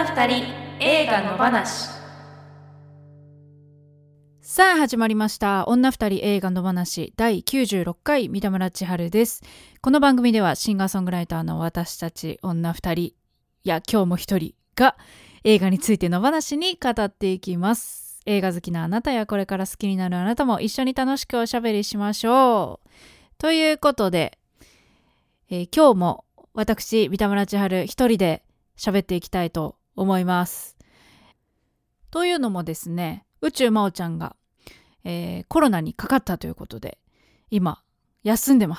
女二人映画の話。 さあ始まりました女二人映画の話第96回三田村千春です。この番組ではシンガーソングライターの私たち女二人や今日も一人が映画についての話に語っていきます。映画好きなあなたやこれから好きになるあなたも一緒に楽しくおしゃべりしましょうということで、今日も私三田村千春一人で喋っていきたいと思います。というのもですね、宇宙真央ちゃんが、コロナにかかったということで今休んでます。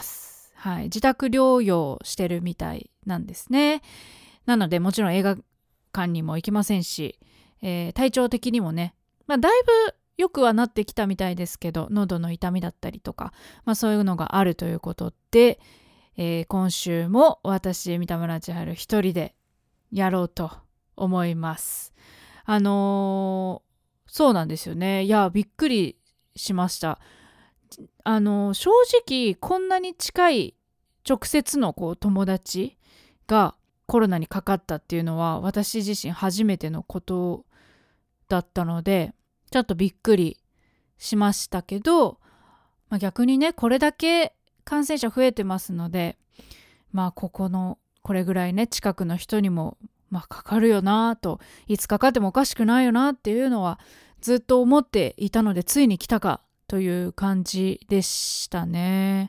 はい、自宅療養してるみたいなんですね。なのでもちろん映画館にも行きませんし、体調的にもね、だいぶ良くはなってきたみたいですけど、喉の痛みだったりとか、そういうのがあるということで、今週も私三田村千春一人でやろうと思います。そうなんですよね。いやびっくりしました。正直こんなに近い直接の友達がコロナにかかったっていうのは私自身初めてのことだったのでちょっとびっくりしましたけど、逆にねこれだけ感染者増えてますので、これぐらいね近くの人にもかかるよなと、いつかかってもおかしくないよなっていうのはずっと思っていたので、ついに来たかという感じでしたね。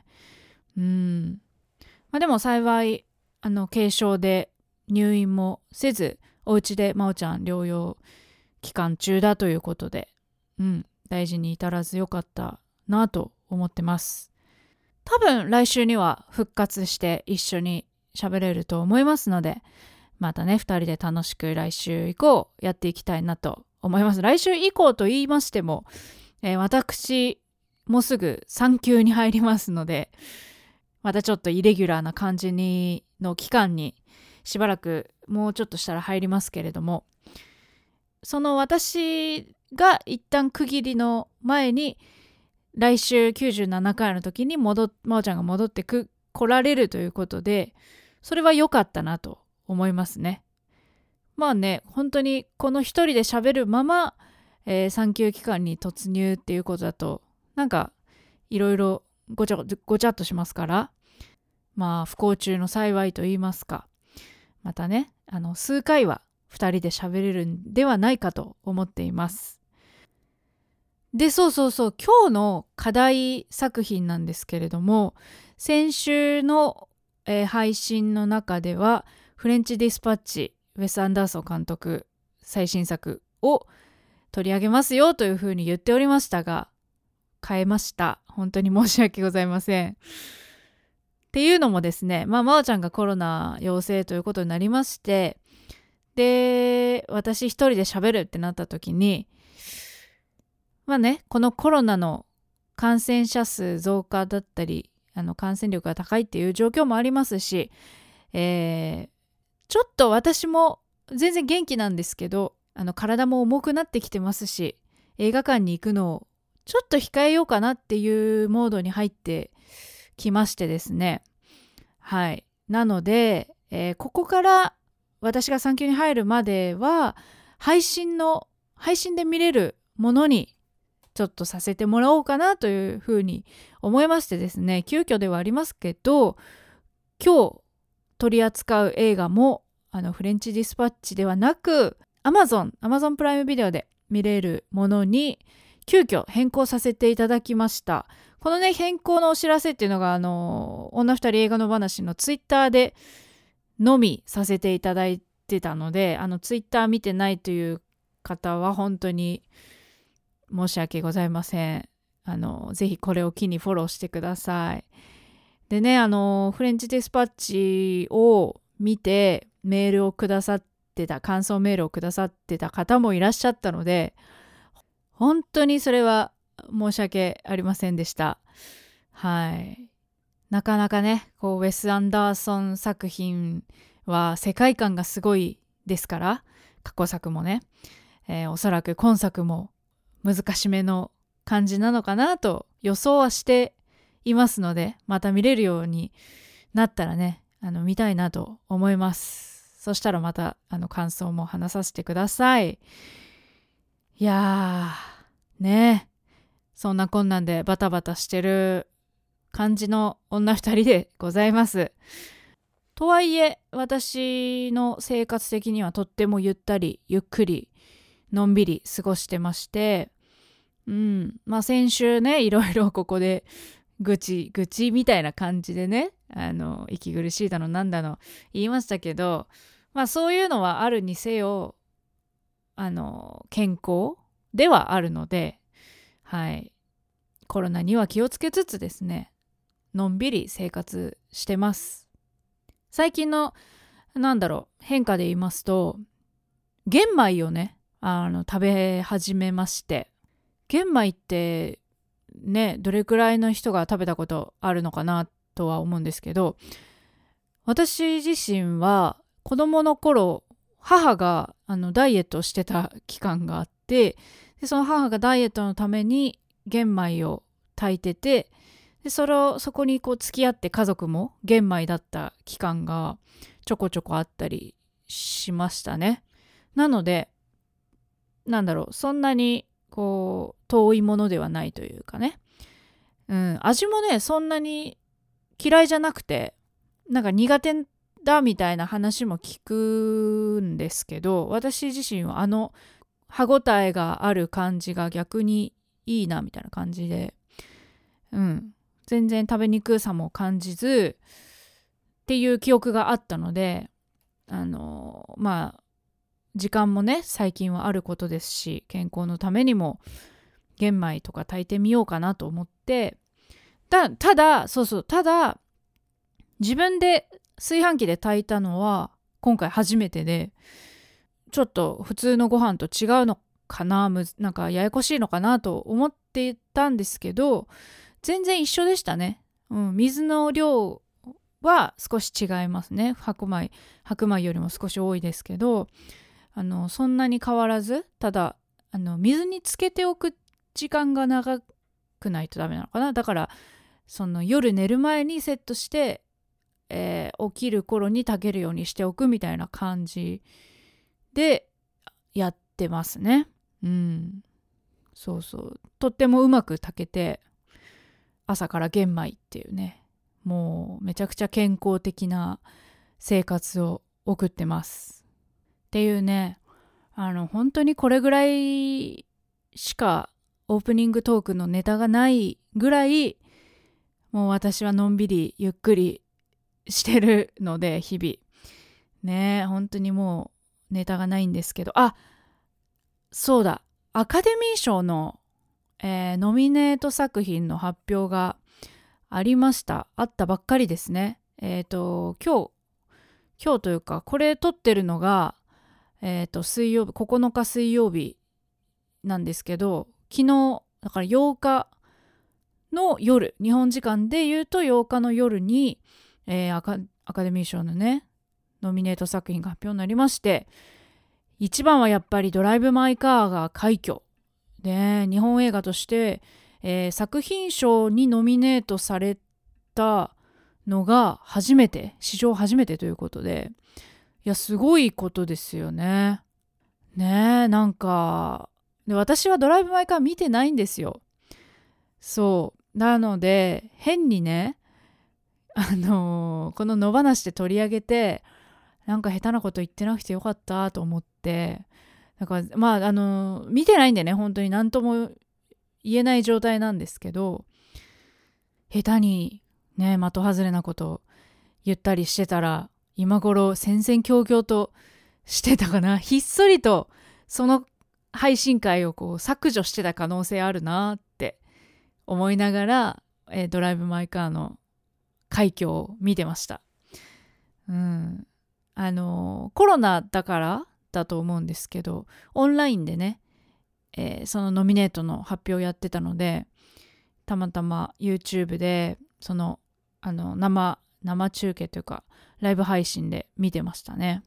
でも幸い軽症で入院もせずお家で真央ちゃん療養期間中だということで、大事に至らずよかったなと思ってます。多分来週には復活して一緒に喋れると思いますので、またね2人で楽しく来週以降やっていきたいなと思います。来週以降と言いましても、私もうすぐ産休に入りますので、またちょっとイレギュラーな感じの期間にしばらくもうちょっとしたら入りますけれども、その私が一旦区切りの前に来週97回の時に真央ちゃんが戻って来られるということで、それは良かったなと思いますね。本当にこの一人で喋るまま、産休期間に突入っていうことだといろいろごちゃっとしますから、不幸中の幸いと言いますか、またね数回は二人で喋れるんではないかと思っています。でそう今日の課題作品なんですけれども、先週の、配信の中ではフレンチディスパッチ、ウェス・アンダーソン監督最新作を取り上げますよというふうに言っておりましたが、変えました。本当に申し訳ございません。っていうのもですね、真央ちゃんがコロナ陽性ということになりまして、で私一人で喋るってなった時に、このコロナの感染者数増加だったり感染力が高いっていう状況もありますし、ちょっと私も全然元気なんですけど体も重くなってきてますし、映画館に行くのをちょっと控えようかなっていうモードに入ってきましてですね。はい。なので、ここから私が産休に入るまでは配信で見れるものにちょっとさせてもらおうかなというふうに思いましてですね、急遽ではありますけど、今日取り扱う映画もフレンチディスパッチではなく Amazon プライムビデオで見れるものに急遽変更させていただきました。このね変更のお知らせっていうのが女二人映画の話のツイッターでのみさせていただいてたので、ツイッター見てないという方は本当に申し訳ございません。ぜひこれを機にフォローしてください。でね、フレンチディスパッチを見てメールをくださってた、感想メールをくださってた方もいらっしゃったので、本当にそれは申し訳ありませんでした。はい。なかなかね、ウェス・アンダーソン作品は世界観がすごいですから、過去作もね、おそらく今作も難しめの感じなのかなと予想はしていますので、また見れるようになったらね見たいなと思います。 そしたらまた感想も話させてください。いやーね、そんなこんなんでバタバタしてる感じの女二人でございます。とはいえ私の生活的にはとってもゆったりゆっくりのんびり過ごしてまして、先週ねいろいろここで愚痴みたいな感じでね息苦しいだのなんだの言いましたけど、そういうのはあるにせよ健康ではあるので、はい、コロナには気をつけつつですねのんびり生活してます。最近の変化で言いますと、玄米をね食べ始めまして、玄米ってねどれくらいの人が食べたことあるのかなとは思うんですけど、私自身は子供の頃母がダイエットをしてた期間があって、でその母がダイエットのために玄米を炊いてて、でそこに付き合って家族も玄米だった期間がちょこちょこあったりしましたね。なのでそんなに遠いものではないというかね、味もねそんなに嫌いじゃなくて、苦手だみたいな話も聞くんですけど、私自身は歯ごたえがある感じが逆にいいなみたいな感じで、全然食べにくさも感じずっていう記憶があったので、時間もね最近はあることですし、健康のためにも玄米とか炊いてみようかなと思って、ただ自分で炊飯器で炊いたのは今回初めてで、ちょっと普通のご飯と違うのかな、ややこしいのかなと思っていたんですけど、全然一緒でしたね。水の量は少し違いますね。白米よりも少し多いですけど、そんなに変わらず、ただ水につけておく時間が長くないとダメなのかな。だから夜寝る前にセットして、起きる頃に炊けるようにしておくみたいな感じでやってますね。とってもうまく炊けて、朝から玄米っていうね、もうめちゃくちゃ健康的な生活を送ってますっていうね、本当にこれぐらいしかオープニングトークのネタがないぐらい、もう私はのんびりゆっくりしてるので、日々ね、本当にもうネタがないんですけど、そうだ、アカデミー賞の、ノミネート作品の発表があったばっかりですね。今日というか、これ撮ってるのが水曜日、9日水曜日なんですけど、昨日だから8日の夜、日本時間で言うと8日の夜に、アカデミー賞のねノミネート作品が発表になりまして、一番はやっぱりドライブ・マイ・カーが快挙で、日本映画として、作品賞にノミネートされたのが史上初めてということで、いやすごいことですよね。で私はドライブ・マイ・カー見てないんですよ。そうなので変にねこの野放しで取り上げて下手なこと言ってなくてよかったと思って、だから見てないんでね、本当に何とも言えない状態なんですけど、下手にね的外れなこと言ったりしてたら今頃戦々恐々としてたかな、ひっそりとその配信会を削除してた可能性あるなって思いながら、ドライブ・マイ・カーの快挙を見てました。コロナだからだと思うんですけど、オンラインでね、そのノミネートの発表をやってたので、たまたま YouTube で生中継というかライブ配信で見てましたね。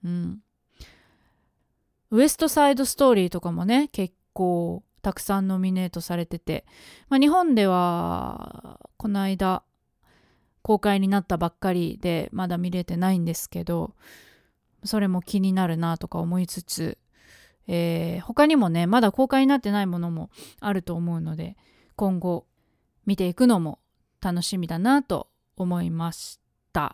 ウエストサイドストーリーとかもね結構たくさんノミネートされてて、日本ではこの間公開になったばっかりでまだ見れてないんですけど、 それも気になるなとか思いつつ、他にもねまだ公開になってないものもあると思うので、今後見ていくのも楽しみだなと思いました。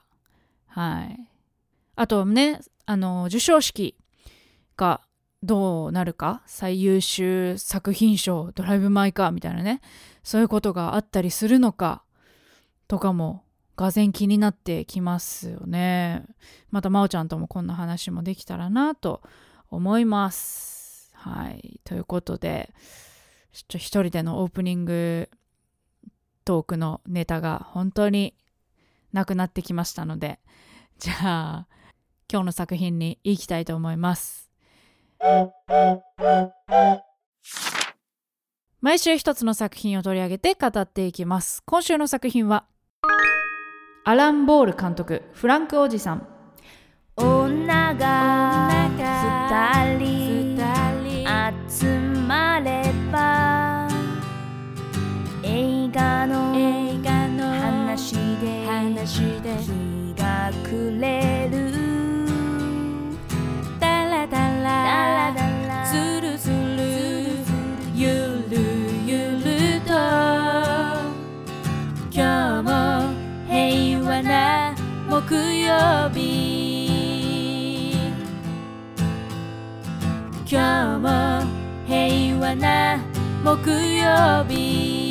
はい。あとね、授賞式がどうなるか、最優秀作品賞、ドライブ・マイ・カーみたいなね、そういうことがあったりするのかとかもがぜん気になってきますよね。またまおちゃんともこんな話もできたらなと思います。はい。ということで、一人でのオープニングトークのネタが本当になくなってきましたので、じゃあ今日の作品に行きたいと思います。毎週一つの作品を取り上げて語っていきます。今週の作品はアラン・ボール監督、フランクおじさん。 女が二人集まれば映画の話で日が暮れる。ダラダラズルズルゆるゆると今日も平和な木曜日、今日も平和な木曜日。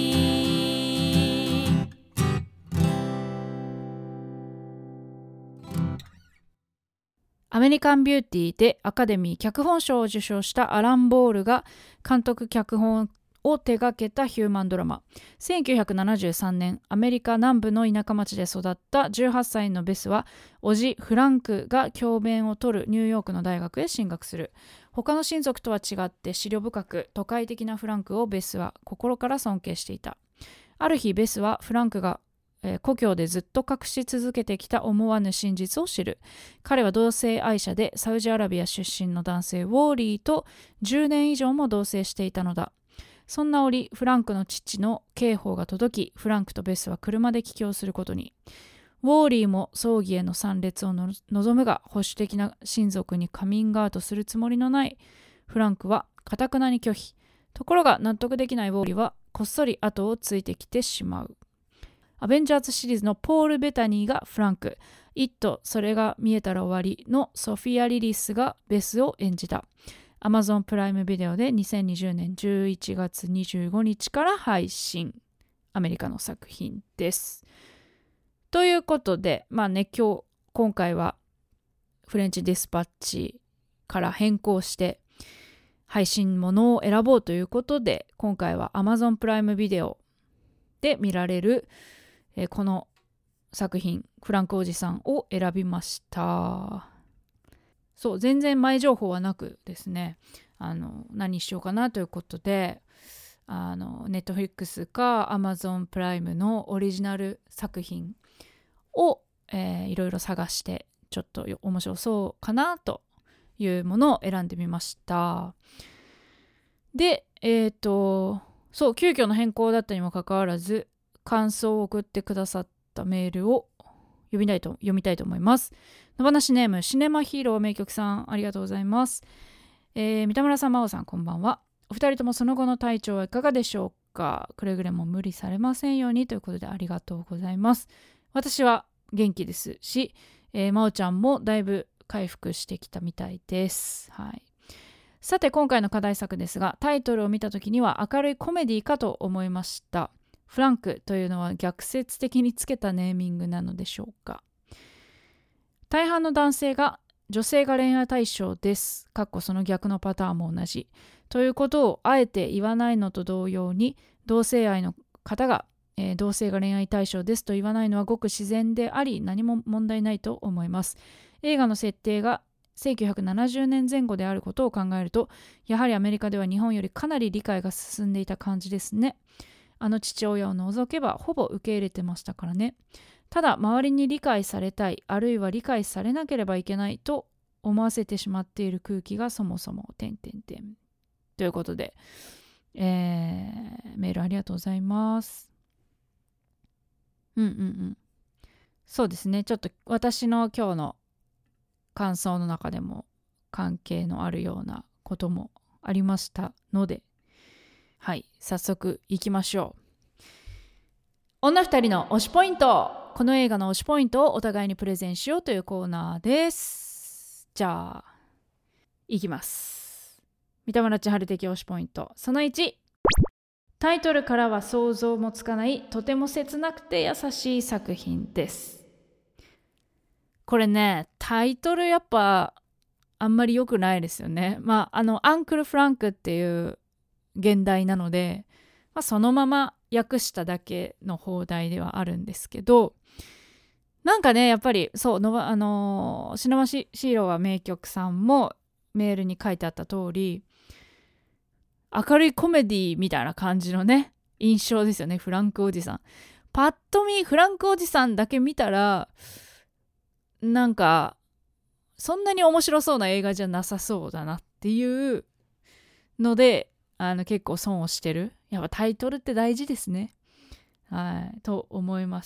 アメリカンビューティーでアカデミー脚本賞を受賞したアラン・ボールが監督脚本を手掛けたヒューマンドラマ。1973年、アメリカ南部の田舎町で育った18歳のベスは、叔父フランクが教鞭を取るニューヨークの大学へ進学する。他の親族とは違って思慮深く都会的なフランクをベスは心から尊敬していた。ある日、ベスはフランクが故郷でずっと隠し続けてきた思わぬ真実を知る。彼は同性愛者でサウジアラビア出身の男性ウォーリーと10年以上も同棲していたのだ。そんな折、フランクの父の警報が届き、フランクとベスは車で帰郷することに。ウォーリーも葬儀への参列を望むが、保守的な親族にカミングアウトするつもりのないフランクは頑なに拒否。ところが納得できないウォーリーはこっそり後をついてきてしまう。アベンジャーズシリーズのポール・ベタニーがフランク、イット、それが見えたら終わりのソフィア・リリスがベスを演じた。Amazon プライムビデオで2020年11月25日から配信。アメリカの作品です。ということで、今回はフレンチディスパッチから変更して配信ものを選ぼうということで、今回は Amazon プライムビデオで見られるこの作品、フランクおじさんを選びました。そう、全然前情報はなくですね、何しようかなということで、Netflix か Amazon プライムのオリジナル作品を、いろいろ探して、ちょっと面白そうかなというものを選んでみました。で、そう、急遽の変更だったにもかかわらず、感想を送ってくださったメールを読みたいと思います。野放しネームシネマヒーロー名曲さん、ありがとうございます。三田村さん、真央さん、こんばんは。お二人ともその後の体調はいかがでしょうか。くれぐれも無理されませんようにということでありがとうございます。私は元気ですし、真央ちゃんもだいぶ回復してきたみたいです。はい。さて今回の課題作ですが、タイトルを見た時には明るいコメディかと思いました。フランクというのは逆説的につけたネーミングなのでしょうか。大半の男性が女性が恋愛対象です。その逆のパターンも同じ。ということをあえて言わないのと同様に、同性愛の方が、同性が恋愛対象ですと言わないのはごく自然であり、何も問題ないと思います。映画の設定が1970年前後であることを考えると、やはりアメリカでは日本よりかなり理解が進んでいた感じですね。父親を除けばほぼ受け入れてましたからね。ただ周りに理解されたい、あるいは理解されなければいけないと思わせてしまっている空気がそもそもということで、メールありがとうございます。そうですね、ちょっと私の今日の感想の中でも関係のあるようなこともありましたので、はい、早速いきましょう。女二人の推しポイント。この映画の推しポイントをお互いにプレゼンしようというコーナーです。じゃあいきます。三田村千春的推しポイントその1、タイトルからは想像もつかないとても切なくて優しい作品です。これね、タイトルやっぱあんまり良くないですよね。アンクルフランクっていう現代なので、そのまま訳しただけの放題ではあるんですけど、なんかね、やっぱりそうシネマシーロは名曲さんもメールに書いてあった通り、明るいコメディみたいな感じのね印象ですよね。フランクおじさん、パッと見フランクおじさんだけ見たらなんかそんなに面白そうな映画じゃなさそうだなっていうので、結構損をしてる。やっぱタイトルって大事ですね、はいと思います。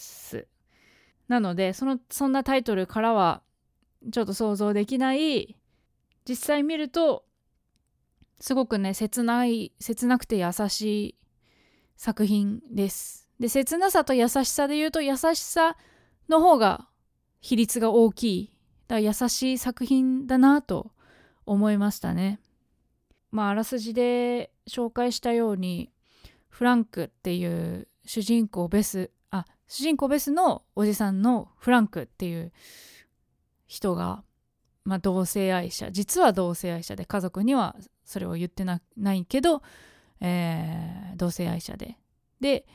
なのでそんなタイトルからはちょっと想像できない、実際見るとすごくね切なくて優しい作品です。で、切なさと優しさで言うと優しさの方が比率が大きい。だから優しい作品だなと思いましたね。あらすじで紹介したように、フランクっていう主人公ベスのおじさんのフランクっていう人が、同性愛者、実は同性愛者で、家族にはそれを言ってないけど、同性愛者で、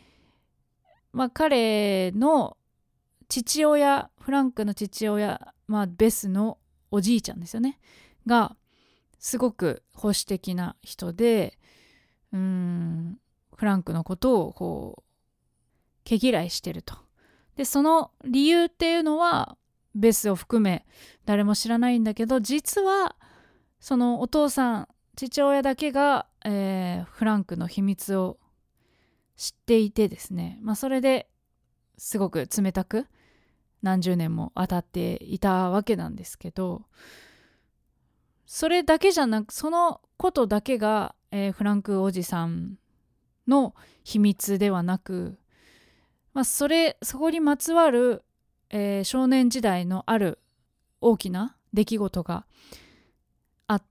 彼の父親、フランクの父親、ベスのおじいちゃんですよねがすごく保守的な人で、フランクのことをこう毛嫌いしてると。でその理由っていうのはベスを含め誰も知らないんだけど、実はそのお父さん、父親だけが、フランクの秘密を知っていてですね、それですごく冷たく何十年も当たっていたわけなんですけど、それだけじゃなく、そのことだけが、フランクおじさんの秘密ではなく、そこにまつわる、少年時代のある大きな出来事があって、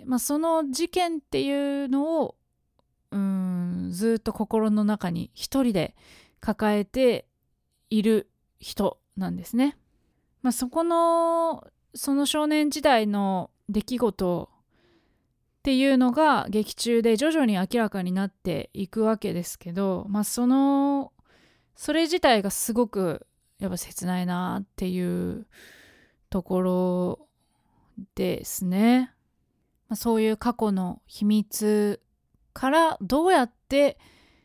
その事件っていうのをずっと心の中に一人で抱えている人なんですね。その少年時代の出来事っていうのが劇中で徐々に明らかになっていくわけですけど、それ自体がすごくやっぱ切ないなっていうところですね。そういう過去の秘密からどうやって、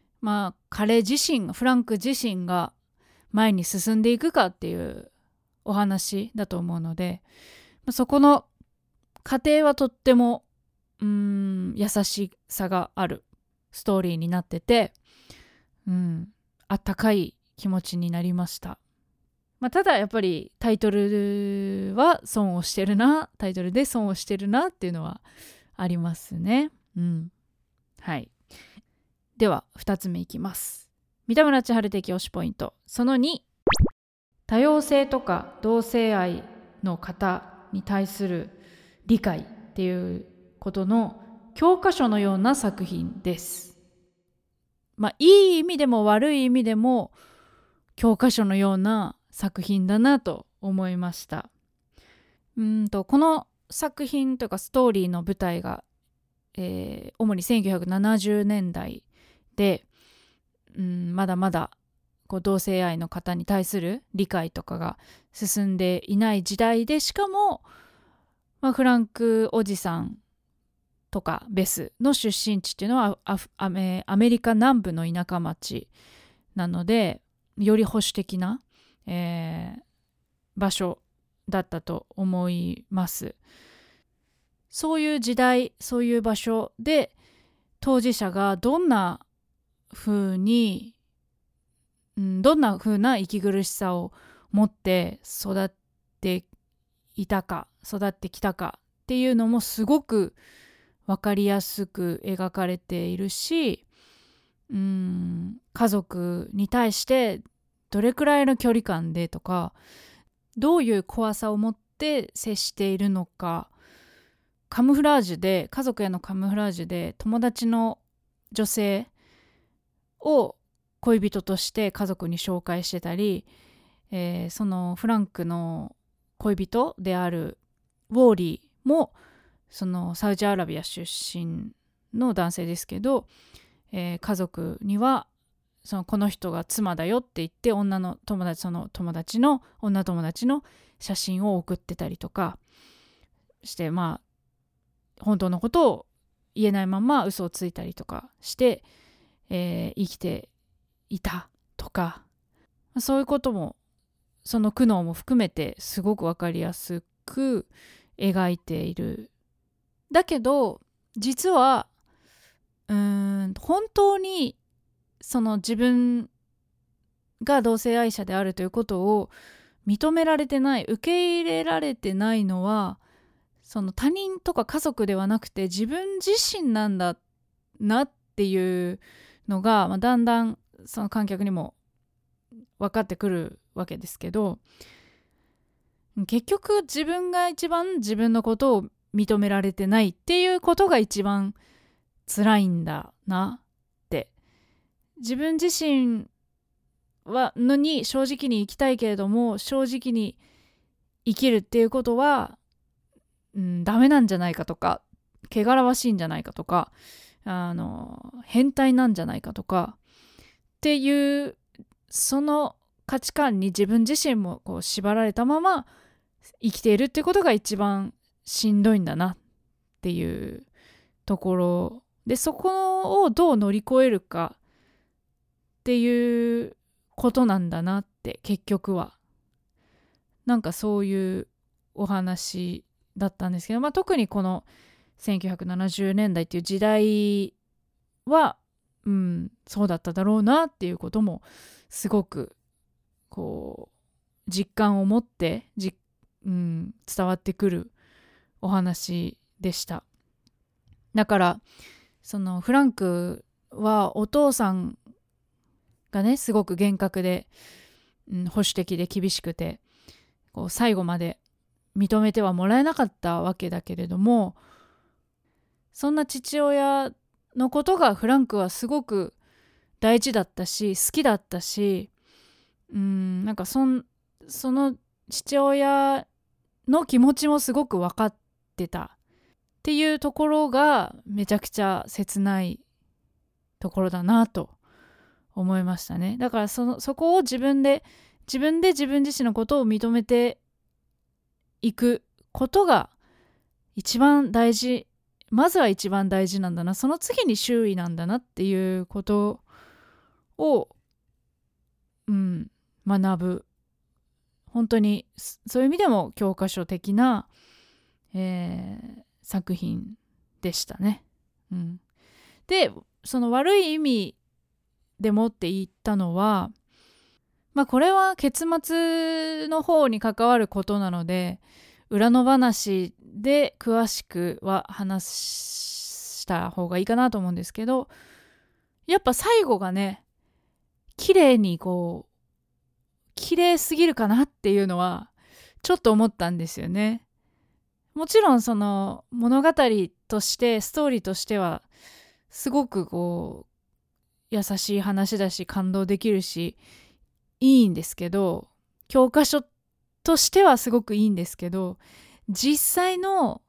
フランク自身が前に進んでいくかっていうお話だと思うので、そこの過程はとっても優しさがあるストーリーになってて、あったかい気持ちになりました。ただやっぱりタイトルで損をしてるなっていうのはありますね。はい。では2つ目いきます。三田村千春的推しポイントその2、多様性とか同性愛の方に対する理解っていうことの教科書のような作品です。いい意味でも悪い意味でも教科書のような作品だなと思いました。この作品というかストーリーの舞台が、主に1970年代で、まだまだ同性愛の方に対する理解とかが進んでいない時代で、しかも、フランクおじさんとかベスの出身地っていうのはアメリカ南部の田舎町なので、より保守的な、場所だったと思います。そういう時代、そういう場所で当事者がどんな風な息苦しさを持って育っていたか育ってきたかっていうのもすごく分かりやすく描かれているし、家族に対してどれくらいの距離感でとか、どういう怖さを持って接しているのか、カムフラージュで、家族へのカムフラージュで友達の女性を恋人として家族に紹介してたり、そのフランクの恋人であるウォーリーもそのサウジアラビア出身の男性ですけど、家族にはこの人が妻だよって言ってその友達の女友達の写真を送ってたりとかして、本当のことを言えないまま嘘をついたりとかして、生きていたとか、そういうこともその苦悩も含めてすごく分かりやすく描いている。だけど実は本当にその自分が同性愛者であるということを認められてない、受け入れられてないのはその他人とか家族ではなくて自分自身なんだなっていうのが、だんだんその観客にも分かってくるわけですけど、結局自分が一番自分のことを認められてないっていうことが一番辛いんだなって。自分自身に正直に生きたいけれども、正直に生きるっていうことは、ダメなんじゃないかとか、汚らわしいんじゃないかとか、変態なんじゃないかとかっていうその価値観に自分自身もこう縛られたまま生きているっていうことが一番しんどいんだなっていうところで、そこをどう乗り越えるかっていうことなんだなって、結局はなんかそういうお話だったんですけど、特にこの1970年代っていう時代は、そうだっただろうなっていうこともすごくこう実感を持って伝わってくるお話でした。だからそのフランクはお父さんがねすごく厳格で、保守的で厳しくて、こう最後まで認めてはもらえなかったわけだけれども、そんな父親のことがフランクはすごく大事だったし好きだったし、なんかその父親の気持ちもすごく分かってたっていうところがめちゃくちゃ切ないところだなと思いましたね。だからそこを自分で自分自身のことを認めていくことが一番大事、まずは一番大事なんだな、その次に周囲なんだなっていうことを、学ぶ、本当にそういう意味でも教科書的な、作品でしたね。でその悪い意味でもって言ったのは、これは結末の方に関わることなので裏の話で詳しくは話した方がいいかなと思うんですけど、やっぱ最後がね綺麗すぎるかなっていうのはちょっと思ったんですよね。もちろんその物語としてストーリーとしてはすごく優しい話だし感動できるしいいんですけど、教科書としてはすごくいいんですけど、実際の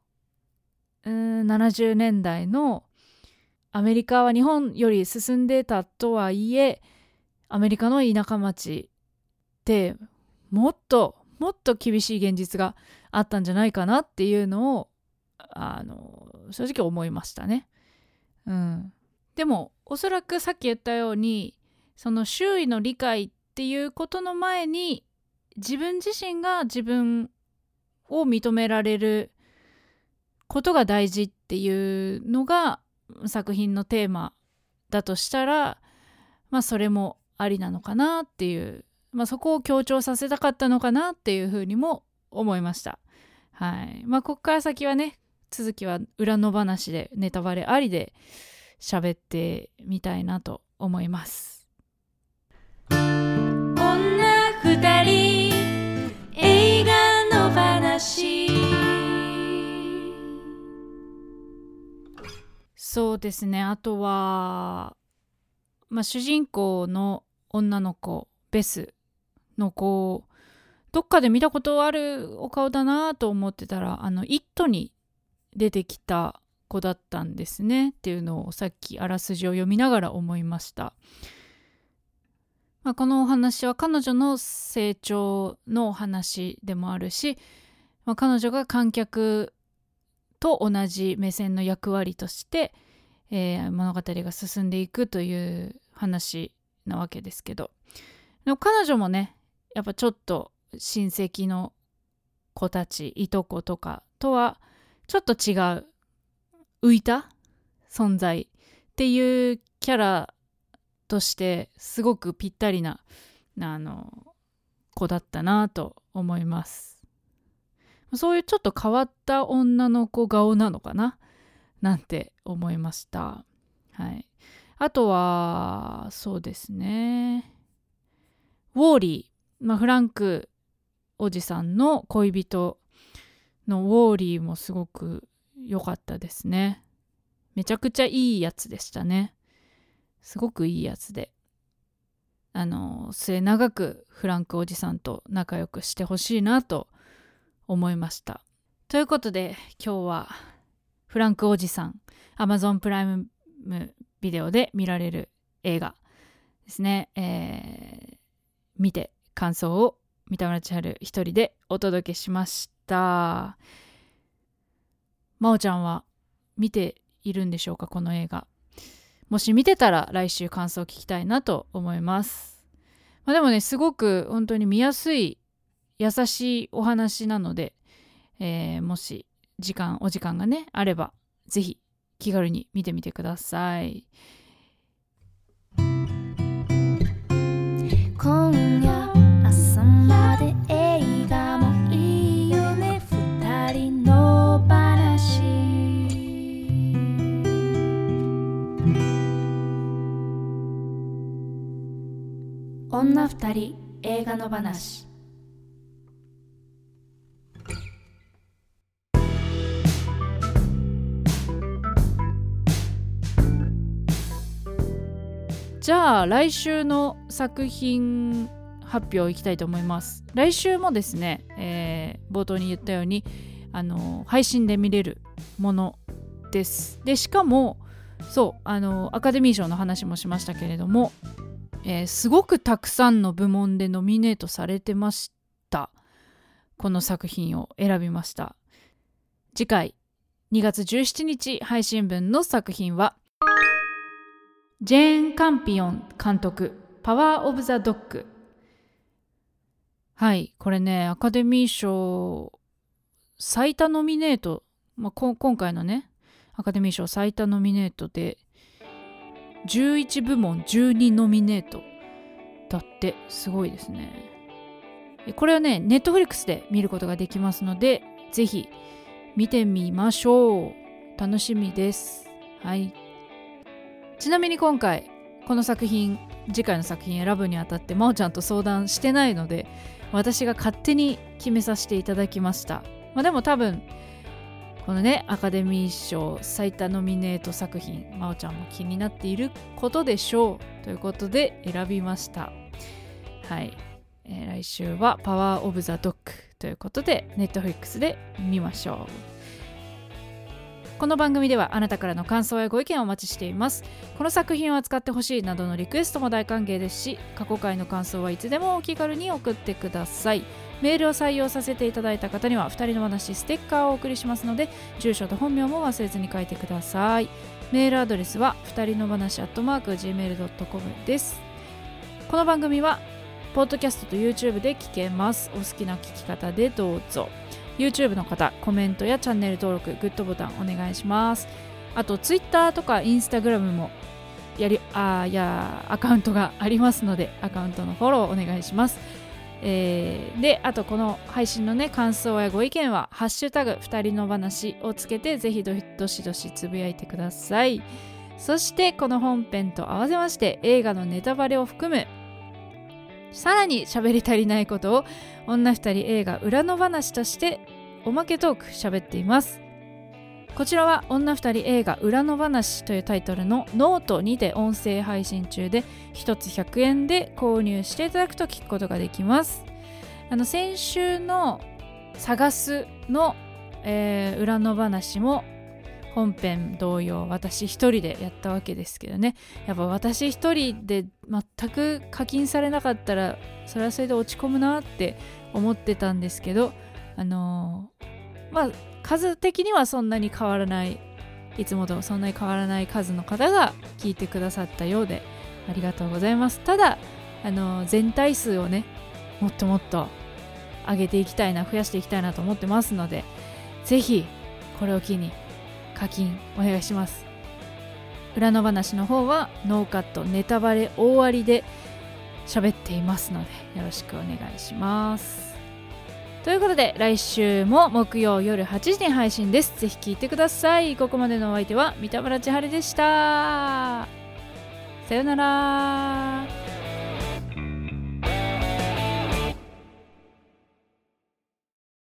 70年代のアメリカは日本より進んでたとはいえ、アメリカの田舎町ってもっと厳しい現実があったんじゃないかなっていうのを正直思いましたね。でもおそらくさっき言ったようにその周囲の理解っていうことの前に自分自身が自分を認められることが大事っていうのが作品のテーマだとしたら、それもありなのかなっていう、そこを強調させたかったのかなっていうふうにも思いました。 はい。こっから先はね、続きは裏の話でネタバレありで喋ってみたいなと思います。 女二人映画の話。 そうですね。あとは、主人公の女の子ベスの子、どっかで見たことあるお顔だなと思ってたら、イットに出てきた子だったんですねっていうのをさっきあらすじを読みながら思いました。このお話は彼女の成長のお話でもあるし、彼女が観客と同じ目線の役割として、物語が進んでいくという話なわけですけど、でも彼女もね、やっぱちょっと親戚の子たち、いとことかとはちょっと違う浮いた存在っていうキャラとしてすごくぴったりな子だったなと思います。そういうちょっと変わった女の子顔なのかななんて思いました。はい。あとはそうですね、ウォーリー、フランクおじさんの恋人のウォーリーもすごく良かったですね。めちゃくちゃいいやつでしたね。すごくいいやつで、末永くフランクおじさんと仲良くしてほしいなと思いました。ということで今日はフランクおじさん Amazon プライムビデオで見られる映画ですね、見て感想を三田村千春一人でお届けしました。真央ちゃんは見ているんでしょうか、この映画。もし見てたら来週感想を聞きたいなと思います。でもね、すごく本当に見やすい優しいお話なので、もしお時間がねあればぜひ気軽に見てみてください。 今夜朝まで映画もいいよね、二人の話。女二人映画の話。 じゃあ来週の作品発表いきたいと思います。来週もですね、冒頭に言ったように配信で見れるものです。でしかもそうアカデミー賞の話もしましたけれども、すごくたくさんの部門でノミネートされてました。この作品を選びました。次回2月17日配信分の作品はジェーン・カンピオン監督、パワー・オブ・ザ・ドッグ。はい、これね、アカデミー賞最多ノミネート、今回のね、アカデミー賞最多ノミネートで、11部門12ノミネートだって、すごいですね。これはね、ネットフリックスで見ることができますので、ぜひ見てみましょう。楽しみです。はい。ちなみに今回この作品、次回の作品選ぶにあたって真央ちゃんと相談してないので、私が勝手に決めさせていただきました。でも多分このねアカデミー賞最多ノミネート作品、真央ちゃんも気になっていることでしょうということで選びました。はい、来週はパワーオブザドッグということでネットフリックスで見ましょう。この番組ではあなたからの感想やご意見をお待ちしています。この作品を扱ってほしいなどのリクエストも大歓迎ですし、過去回の感想はいつでもお気軽に送ってください。メールを採用させていただいた方には2人の話ステッカーをお送りしますので、住所と本名も忘れずに書いてください。メールアドレスは2人の話@gmail.com です。この番組はポッドキャストと YouTube で聞けます。お好きな聞き方でどうぞ。YouTube の方、コメントやチャンネル登録、グッドボタンお願いします。あと Twitter とか Instagram もアカウントがありますので、アカウントのフォローお願いします。 であとこの配信のね感想やご意見はハッシュタグ2人の話をつけてぜひどしどしつぶやいてください。そしてこの本編と合わせまして映画のネタバレを含むさらに喋り足りないことを女二人映画裏の話としておまけトーク喋っています。こちらは女二人映画裏の話というタイトルのノートにて音声配信中で1つ100円で購入していただくと聞くことができます。先週の探すの、裏の話も本編同様私一人でやったわけですけどね、やっぱ私一人で全く課金されなかったらそれはそれで落ち込むなって思ってたんですけど、数的にはそんなに変わらない、いつもとそんなに変わらない数の方が聞いてくださったようでありがとうございます。ただ全体数をねもっともっと上げていきたいな、増やしていきたいなと思ってますので、ぜひこれを機に課金お願いします。裏の話の方はノーカットネタバレ大ありで喋っていますのでよろしくお願いします。ということで来週も木曜夜8時に配信です。ぜひ聞いてください。ここまでのお相手は三田村千春でした。さよなら。